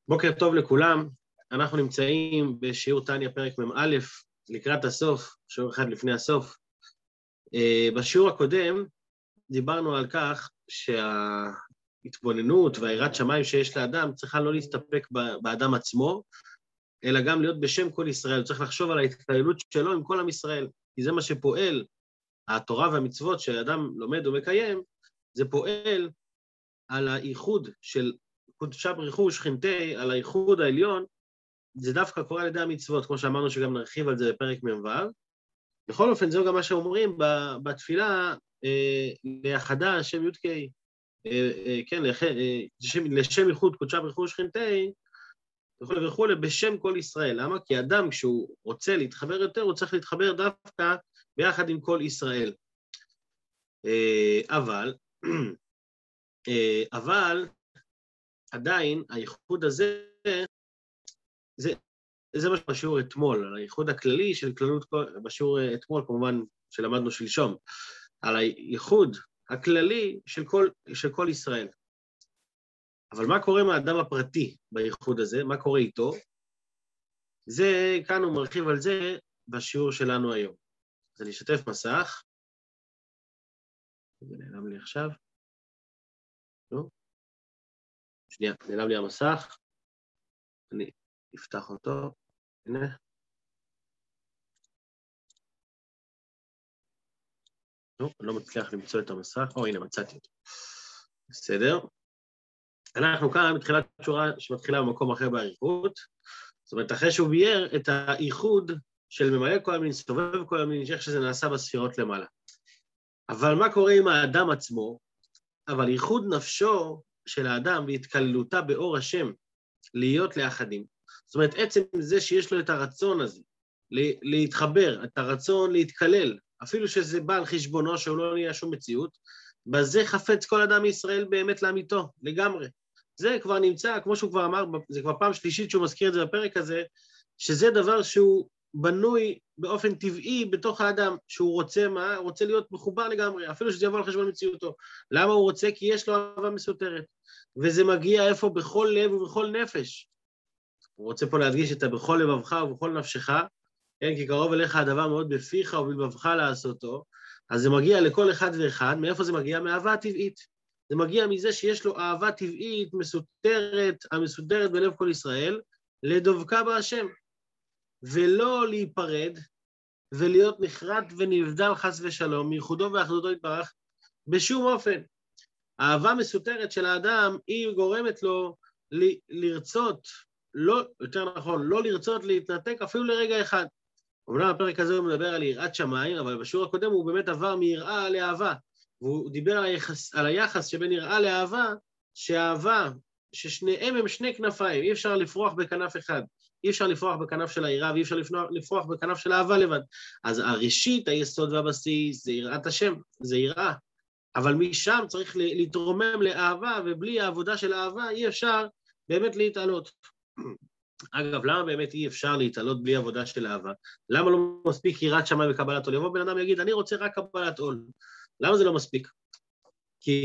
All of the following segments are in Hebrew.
בוקר טוב לכולם, אנחנו נמצאים בשיעור תניה פרק מ"א, לקראת הסוף, שיעור אחד לפני הסוף. בשיעור הקודם דיברנו על כך שההתבוננות והיראת שמיים שיש לאדם צריכה לא להסתפק באדם עצמו, אלא גם להיות בשם כל ישראל, הוא צריך לחשוב על ההתפעלות שלו עם כל עם ישראל, כי זה מה שפועל, התורה והמצוות שהאדם לומד ומקיים, זה פועל על הייחוד של קודשה בריחו שכינתי, על הייחוד העליון, זה דווקא קורה על ידי המצוות, כמו שאמרנו שגם נרחיב על זה בפרק מ"ו. בכל אופן, זהו גם מה שאומרים בתפילה, ליחדה, השם יודקי, כן, לשם ייחוד קודשה בריחו שכינתי, וכו' בשם כל ישראל. למה? כי אדם, כשהוא רוצה להתחבר יותר, הוא צריך להתחבר דווקא ביחד עם כל ישראל. אבל עדיין, הייחוד הזה, זה מה בשיעור אתמול, על הייחוד הכללי של כללות, בשיעור אתמול, כמובן, שלמדנו שלשום, על הייחוד הכללי של כל ישראל. אבל מה קורה עם האדם הפרטי בייחוד הזה? מה קורה איתו? זה, כאן הוא מרחיב על זה בשיעור שלנו היום. אז אני אשתף מסך. זה נעלם לי עכשיו. לא? שנייה, נעלם לי המסך. אני אפתח אותו. הנה. לא מצליח למצוא את המסך. הנה, מצאתי אותו. בסדר. אנחנו כאן בתחילת שורה שמתחילה במקום אחר באריכות. זאת אומרת, אחרי שהוא בייר את הייחוד של ממלא כל המין, סובב כל המין, איך שזה נעשה בספירות למעלה. אבל מה קורה עם האדם עצמו? אבל ייחוד נפשו של האדם והתקללותה באור השם להיות לאחדים. זאת אומרת, עצם זה שיש לו את הרצון הזה, להתחבר, את הרצון להתקלל, אפילו שזה בא על חשבונו שהוא לא נהיה שום מציאות, בזה חפץ כל אדם מישראל באמת לאמיתו, לגמרי. זה כבר נמצא, כמו שהוא כבר אמר, זה כבר פעם שלישית שהוא מזכיר את זה בפרק הזה, שזה דבר שהוא בנוי באופן טבעי בתוך האדם, שהוא רוצה מה? הוא רוצה להיות מחובר לגמרי, אפילו שזה יבוא על חשבון מציאותו. למה הוא רוצה? כי יש לו אהבה מסותרת. וזה מגיע איפה? בכל לב ובכל נפש. הוא רוצה פה להדגיש את בכל לבבך ובכל נפשך, כן? כי קרוב אליך הדבר מאוד בפיך ובלבבך לעשותו, אז זה מגיע לכל אחד ואחד. מאיפה זה מגיע? מאהבה טבעית. זה מגיע מזה שיש לו אהבה טבעית מסותרת, המסודרת בלב כל ישראל, לדבקה בהשם. ולא להיפרד, ולהיות נחרד ונבדל חס ושלום, מייחודו ואחדותו יתברך, בשום אופן. האהבה מסותרת של האדם, היא גורמת לו לרצות, לא, יותר נכון, לא לרצות להתנתק אפילו לרגע אחד. אומנם הפרק הזה הוא מדבר על יראת שמיים, אבל בשיעור הקודם הוא באמת עבר מיראה לאהבה, והוא דיבר על היחס שבין יראה לאהבה, שהאהבה, ששניהם הם שני כנפיים, אי אפשר לפרוח בכנף אחד. אי אפשר לפרוח בכנף של היראה, ואי אפשר לפרוח בכנף של האהבה לבד. אז הראשית, היסוד והבסיס, זה יראת השם, זה יראה. אבל משם צריך להתרומם לאהבה, ובלי העבודה של האהבה אי אפשר באמת להתעלות. אגב, למה באמת אי אפשר להתעלות בלי עבודה של אהבה? למה לא מספיק יראת שמיים וקבלת עול? יבוא בן אדם יגיד, אני רוצה רק קבלת עול. למה זה לא מספיק? כי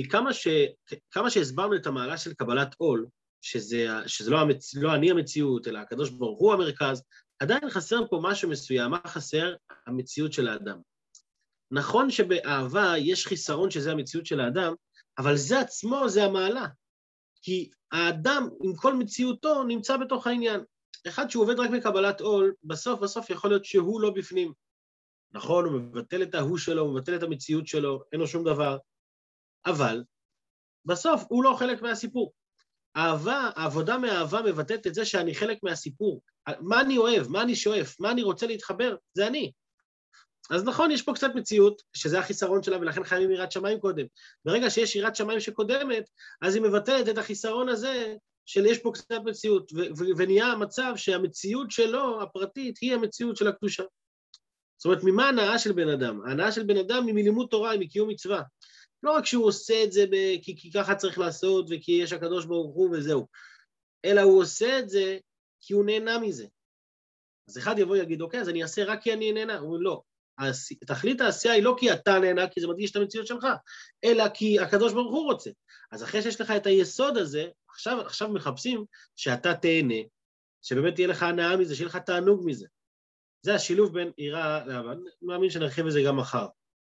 כמה שהסברנו את המעלה של קבלת עול, שזה לא אני המציאות, אלא הקדוש ברוך הוא המרכז, עדיין חסר פה משהו מסוים. מה חסר? המציאות של האדם. נכון שבאהבה יש חיסרון שזה המציאות של האדם, אבל זה עצמו, זה המעלה. כי האדם עם כל מציאותו נמצא בתוך העניין. אחד שהוא עובד רק מקבלת עול, בסוף יכול להיות שהוא לא בפנים. נכון, הוא מבטל את ההוא שלו, הוא מבטל את המציאות שלו, אין לו שום דבר. אבל בסוף הוא לא חלק מהסיפור. אהבה, העבודה מהאהבה מבטאת את זה שאני חלק מהסיפור. מה אני אוהב, מה אני שואף, מה אני רוצה להתחבר, זה אני. אז נכון, יש פה קצת מציאות, שזה החיסרון שלה, ולכן חייבים יראת שמיים קודם. ברגע שיש יראת שמיים שקודמת, אז היא מבטאת את החיסרון הזה, של יש פה קצת מציאות, ונהיה המצב שהמציאות שלו, הפרטית, היא המציאות של הקדושה. זאת אומרת, ממה ההנאה של בן אדם? ההנאה של בן אדם היא מלימוד תורה, היא מקיום מצווה. לא רק שהוא עושה את זה כי ככה צריך לעשות, וכי יש הקדוש ברוך הוא וזהו, אלא הוא עושה את זה כי הוא נהנה מזה. אז אחד יבוא ויגיד, אוקיי, אז אני אעשה רק כי אני נהנה. הוא אומר, לא, תכלית העשייה היא לא כי אתה נהנה, כי זה מדגיש את המציאות שלך, אלא כי הקדוש ברוך הוא רוצה. אז אחרי שיש לך את היסוד הזה, עכשיו מחפשים שאתה תהנה, שבאמת תהיה לך הנאה מזה, שיהיה לך תענוג מזה. זה השילוב בין יראה לאהבה. אני מאמין שנרחיב את זה גם מחר.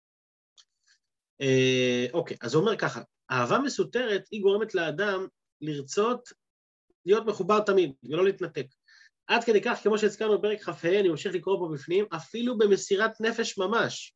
אוקיי, אז הוא אומר ככה, אהבה מסותרת היא גורמת לאדם לרצות להיות מחובר תמיד, ולא להתנתק. עד כדי כך, כמו שהזכרנו בפרק כ"ה, אני ממשיך לקרוא פה בפנים, אפילו במסירת נפש ממש.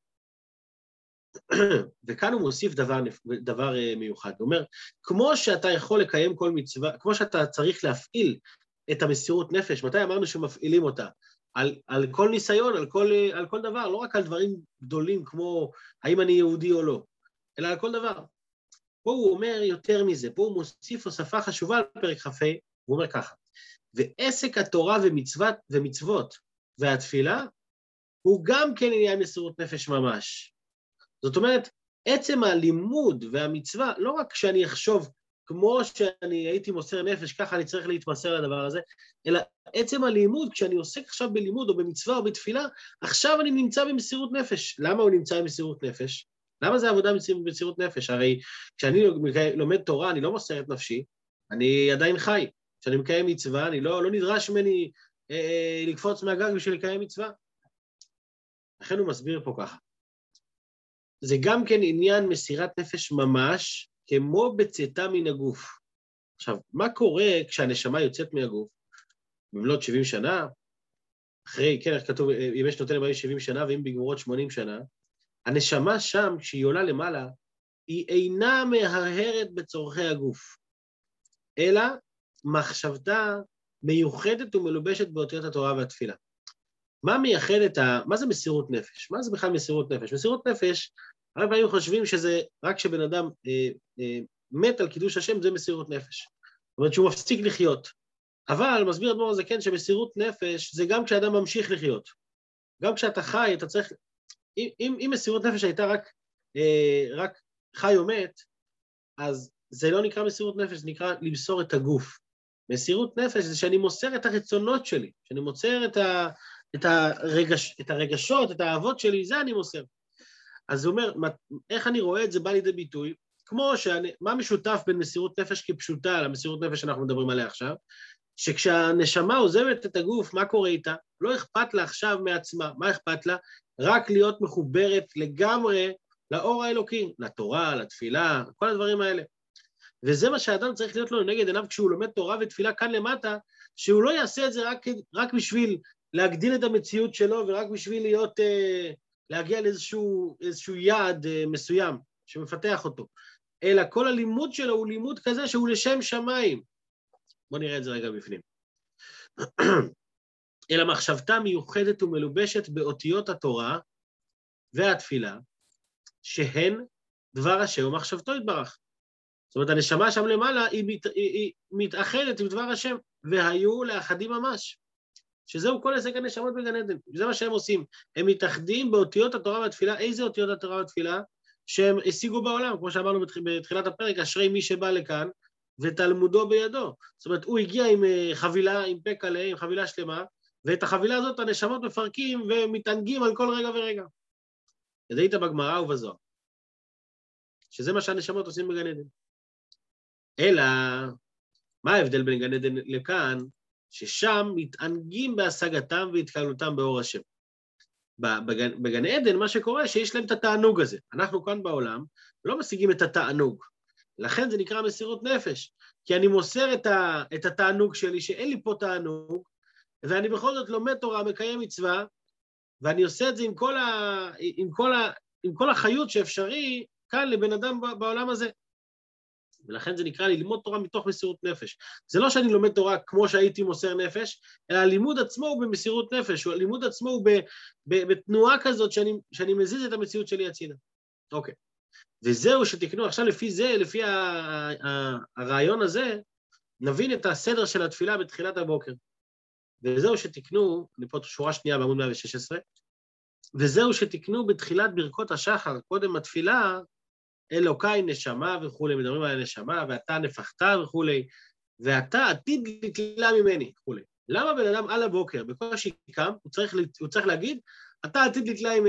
וכאן הוא מוסיף דבר מיוחד. הוא אומר, כמו שאתה יכול לקיים כל מצווה, כמו שאתה צריך להפעיל את המסירות נפש, מתי אמרנו שמפעילים אותה? על כל ניסיון, על כל דבר, לא רק על דברים גדולים כמו האם אני יהודי או לא, אלא על כל דבר. פה הוא אומר יותר מזה, פה הוא מוסיף הוספה חשובה על פרק כ"ה, הוא אומר ככה, ועסק התורה ומצוות והתפילה, הוא גם כן עניין מסירות נפש ממש. זאת אומרת, עצם הלימוד והמצווה, לא רק שאני אחשוב כמו שאני הייתי מוסר נפש, ככה אני צריך להתמסר לדבר הזה, אלא עצם הלימוד, כשאני עוסק עכשיו בלימוד או במצווה או בתפילה, עכשיו אני נמצא במסירות נפש. למה הוא נמצא במסירות נפש? למה זה עבודה במסירות נפש? הרי כשאני לומד תורה, אני לא מוסר את נפשי, אני עדיין חי. כשאני מקיים מצווה, אני לא נדרש ממני לקפוץ מהגג בשביל לקיים מצווה. לכן הוא מסביר פה ככה. זה גם כן עניין מסירת נפש ממש, כמו בצאתה מן הגוף. עכשיו, מה קורה כשהנשמה יוצאת מהגוף? במלאת 70 שנה, אחרי, כן, איך כתוב, אם יש נותן לבאים 70 שנה, ואם בגמורות 80 שנה, הנשמה שם, כשהיא עולה למעלה, היא אינה מהרהרת בצורכי הגוף, אלא מחשבתה מיוחדת ומלובשת באותיות התורה והתפילה. מה זה מסירות נפש? מה זה בכלל מסירות נפש? מסירות נפש, הרבה פעמים חושבים שזה רק כשבן אדם מת על קידוש השם, זה מסירות נפש. זאת אומרת שהוא מפסיק לחיות. אבל מסביר אדמו"ר הזקן שמסירות נפש זה גם כשאדם ממשיך לחיות. גם כשאתה חי, אתה צריך... אם מסירות נפש הייתה רק חי או מת, אז זה לא נקרא מסירות נפש, זה נקרא למסור את הגוף. מסירות נפש זה שאני מוסר את הרצונות שלי, שאני מוסר את הרגשות, את האהבות שלי, זה אני מוסר. אז הוא אומר, איך אני רואה את זה בא לידי ביטוי? כמו מה משותף בין מסירות נפש כפשוטה למסירות נפש שאנחנו מדברים עליה עכשיו? שכשהנשמה עוזבת את הגוף, מה קורה איתה? לא אכפת לה עכשיו מעצמה. מה אכפת לה? רק להיות מחוברת לגמרי לאור האלוקי, לתורה, לתפילה, כל הדברים האלה. וזה מה שהאדם צריך להיות לו נגד עיניו כשהוא לומד תורה ותפילה כאן למטה, שהוא לא יעשה את זה רק בשביל להגדיל את המציאות שלו, ורק בשביל להגיע לאיזשהו יעד מסוים שמפתח אותו. אלא כל הלימוד שלו הוא לימוד כזה שהוא לשם שמיים. בואו נראה את זה רגע בפנים. אלא מחשבתה מיוחדת ומלובשת באותיות התורה והתפילה, שהן דבר השם ומחשבתו יתברך. זאת אומרת, הנשמה שם למעלה היא מתאחדת עם דבר השם, והיו לאחדים ממש. שזהו כל הישג הנשמות בגן עדן. זה מה שהם עושים. הם מתאחדים באותיות התורה והתפילה. איזה אותיות התורה והתפילה? שהם השיגו בעולם, כמו שאמרנו בתחילת הפרק, אשרי מי שבא לכאן, ותלמודו בידו. זאת אומרת, הוא הגיע עם חבילה, עם פה קלה, עם חבילה שלמה, ואת החבילה הזאת הנשמות מפרקים ומתענגים על כל רגע ורגע. זה היית בגמרא ובזוהר. שזה מה שהנשמות עושים בגן עדן. אלא, מה ההבדל בין גן עדן לכאן? ששם מתענגים בהשגתם והתקלותם באור השם. בגן עדן מה שקורה שיש להם את התענוג הזה. אנחנו כאן בעולם לא משיגים את התענוג. לכן זה נקרא מסירות נפש. כי אני מוסר את התענוג שלי, שאין לי פה תענוג, ואני בכל זאת לומד תורה, מקיים מצווה, ואני עושה את זה עם כל החיות שאפשרי כאן לבן אדם בעולם הזה. ולכן זה נקרא ללמוד תורה מתוך מסירות נפש. זה לא שאני לומד תורה כמו שהייתי מוסר נפש, אלא הלימוד עצמו הוא במסירות נפש, הלימוד עצמו הוא בתנועה כזאת שאני מזיז את המציאות שלי הצידה. אוקיי. וזהו שתקנו, עכשיו לפי הרעיון הזה, נבין את הסדר של התפילה בתחילת הבוקר. וזהו שתקנו, אני פה שורה שנייה בעמוד 116, וזהו שתקנו בתחילת ברכות השחר, קודם התפילה, אלוקיי נשמה וכולי, מדברים על הנשמה, ואתה נפחת וכולי, ואתה עתיד לתלה ממני וכולי. למה בן אדם על הבוקר, בקושי קם, הוא צריך להגיד, אתה עתיד לתלה ממני.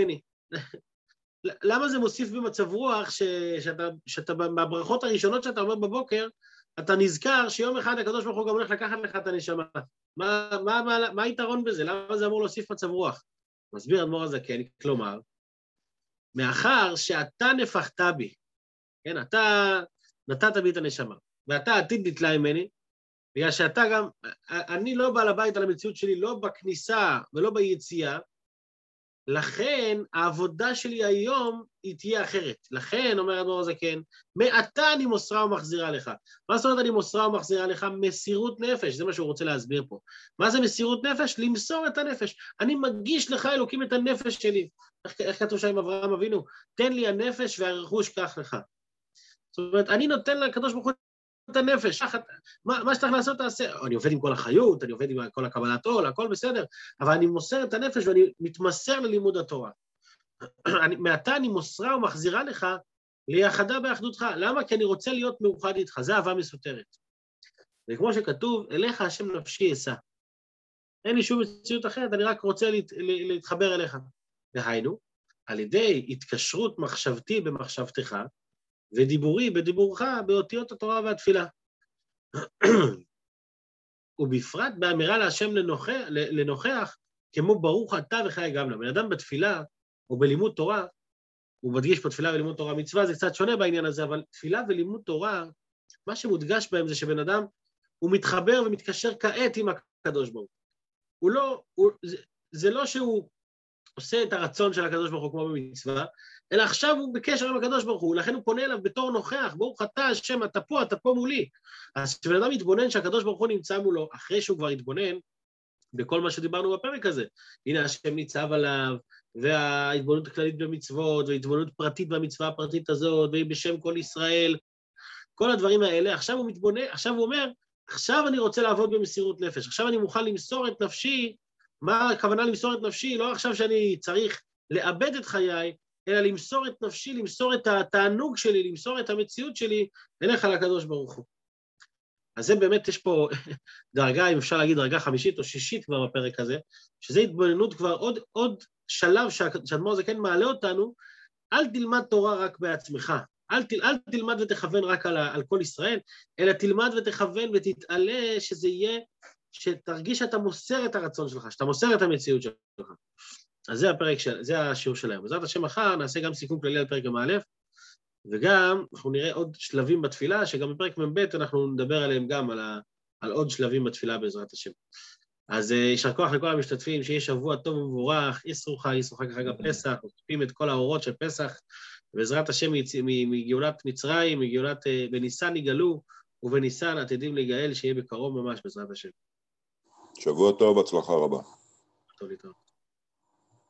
למה זה מוסיף במצב רוח שאתה בברכות הראשונות שאתה אומר בבוקר, אתה נזכר שיום אחד הקדוש ברוך הוא גם הולך לקחת לך את הנשמה. מה היתרון בזה? למה זה אמור להוסיף מצב רוח? מסביר אדמו"ר הזקן, כלומר, מאחר שאתה נפחת בי, כן, אתה נתת בי את הנשמה, ואתה עתיד נתלה ממני, בגלל שאתה גם, אני לא בעל הבית על המציאות שלי, לא בכניסה ולא ביציאה, לכן העבודה שלי היום היא תהיה אחרת. לכן, אומר אדמו"ר הזקן, מעתה אני מוסרה ומחזירה לך. מה זאת אומרת אני מוסרה ומחזירה לך? מסירות נפש, זה מה שהוא רוצה להסביר פה. מה זה מסירות נפש? למסור את הנפש. אני מגיש לך, אלוקים, את הנפש שלי. איך כתוב שם עם אברהם אבינו? תן לי הנפש והרכוש קח לך. זאת אומרת, אני נותן לקדוש ברוך הוא את הנפש, מה שצריך לעשות תעשה, אני עובד עם כל החיות, אני עובד עם כל הקבלת עול, הכל בסדר, אבל אני מוסר את הנפש ואני מתמסר ללימוד התורה. מעתה אני מוסרה ומחזירה לך ליחדה באחדותך. למה? כי אני רוצה להיות מאוחד איתך, זה אהבה מסותרת. וכמו שכתוב, אליך השם נפשי אשא. אין לי שום מציאות אחרת, אני רק רוצה להתחבר אליך. דהיינו, על ידי התקשרות מחשבתי במחשבתך, ודיבורי בדיבורך באותיות התורה והתפילה. ובפרט באמירה להשם לנוכח, כמו ברוך אתה וחי גם לה. בן אדם בתפילה או בלימוד תורה, הוא מדגיש פה תפילה ולימוד תורה מצווה, זה קצת שונה בעניין הזה, אבל תפילה ולימוד תורה, מה שמודגש בהם זה שבן אדם, הוא מתחבר ומתקשר כעת עם הקדוש ברוך הוא. זה לא שהוא עושה את הרצון של הקדוש ברוך הוא כמו במצווה, אלא עכשיו הוא בקשר עם הקדוש ברוך הוא, לכן הוא פונה אליו בתור נוכח, ברוך אתה השם, אתה פה מולי. אז כשבן אדם מתבונן שהקדוש ברוך הוא נמצא מולו, אחרי שהוא כבר התבונן, בכל מה שדיברנו בפרק הזה, הנה השם ניצב עליו, וההתבוננות הכללית במצוות, וההתבוננות פרטית במצווה הפרטית הזאת, והיא בשם כל ישראל, כל הדברים האלה, עכשיו הוא מתבונן, עכשיו הוא אומר, עכשיו אני רוצה לעבוד במסירות נפש, עכשיו אני מוכן למסור את נפשי. מה הכוונה למסור את נפשי? לא עכשיו שאני צריך לאבד את חיי, אלא למסור את נפשי, למסור את התענוג שלי, למסור את המציאות שלי, אליך לקדוש ברוך הוא. אז זה באמת, יש פה דרגה, אם אפשר להגיד דרגה חמישית או שישית כבר בפרק הזה, שזה התבוננות כבר עוד שלב שהאדמו"ר הזקן מעלה אותנו, אל תלמד תורה רק בעצמך, אל תלמד ותכוון רק על כל ישראל, אלא תלמד ותכוון ותתעלה שזה יהיה, שתרגיש שאתה מוסר את הרצון שלך, שאתה מוסר את המציאות שלך. אז זה הפרק, זה השיעור שלהם. בעזרת השם מחר נעשה גם סיכום כללי על פרק מ"א, וגם אנחנו נראה עוד שלבים בתפילה, שגם בפרק מ"ב אנחנו נדבר עליהם גם, על עוד שלבים בתפילה בעזרת השם. אז יישר כוח לכל המשתתפים, שיהיה שבוע טוב ומבורך, ישרוך כחג הפסח, נוקפים את כל האורות של פסח, בעזרת השם מגאולת מצרים, בניסן יגאלו, ובניסן עתידים להיגאל, שיהיה בקרוב ממש בעזרת השם. שבוע טוב, הצלחה רבה. טוב להתראות.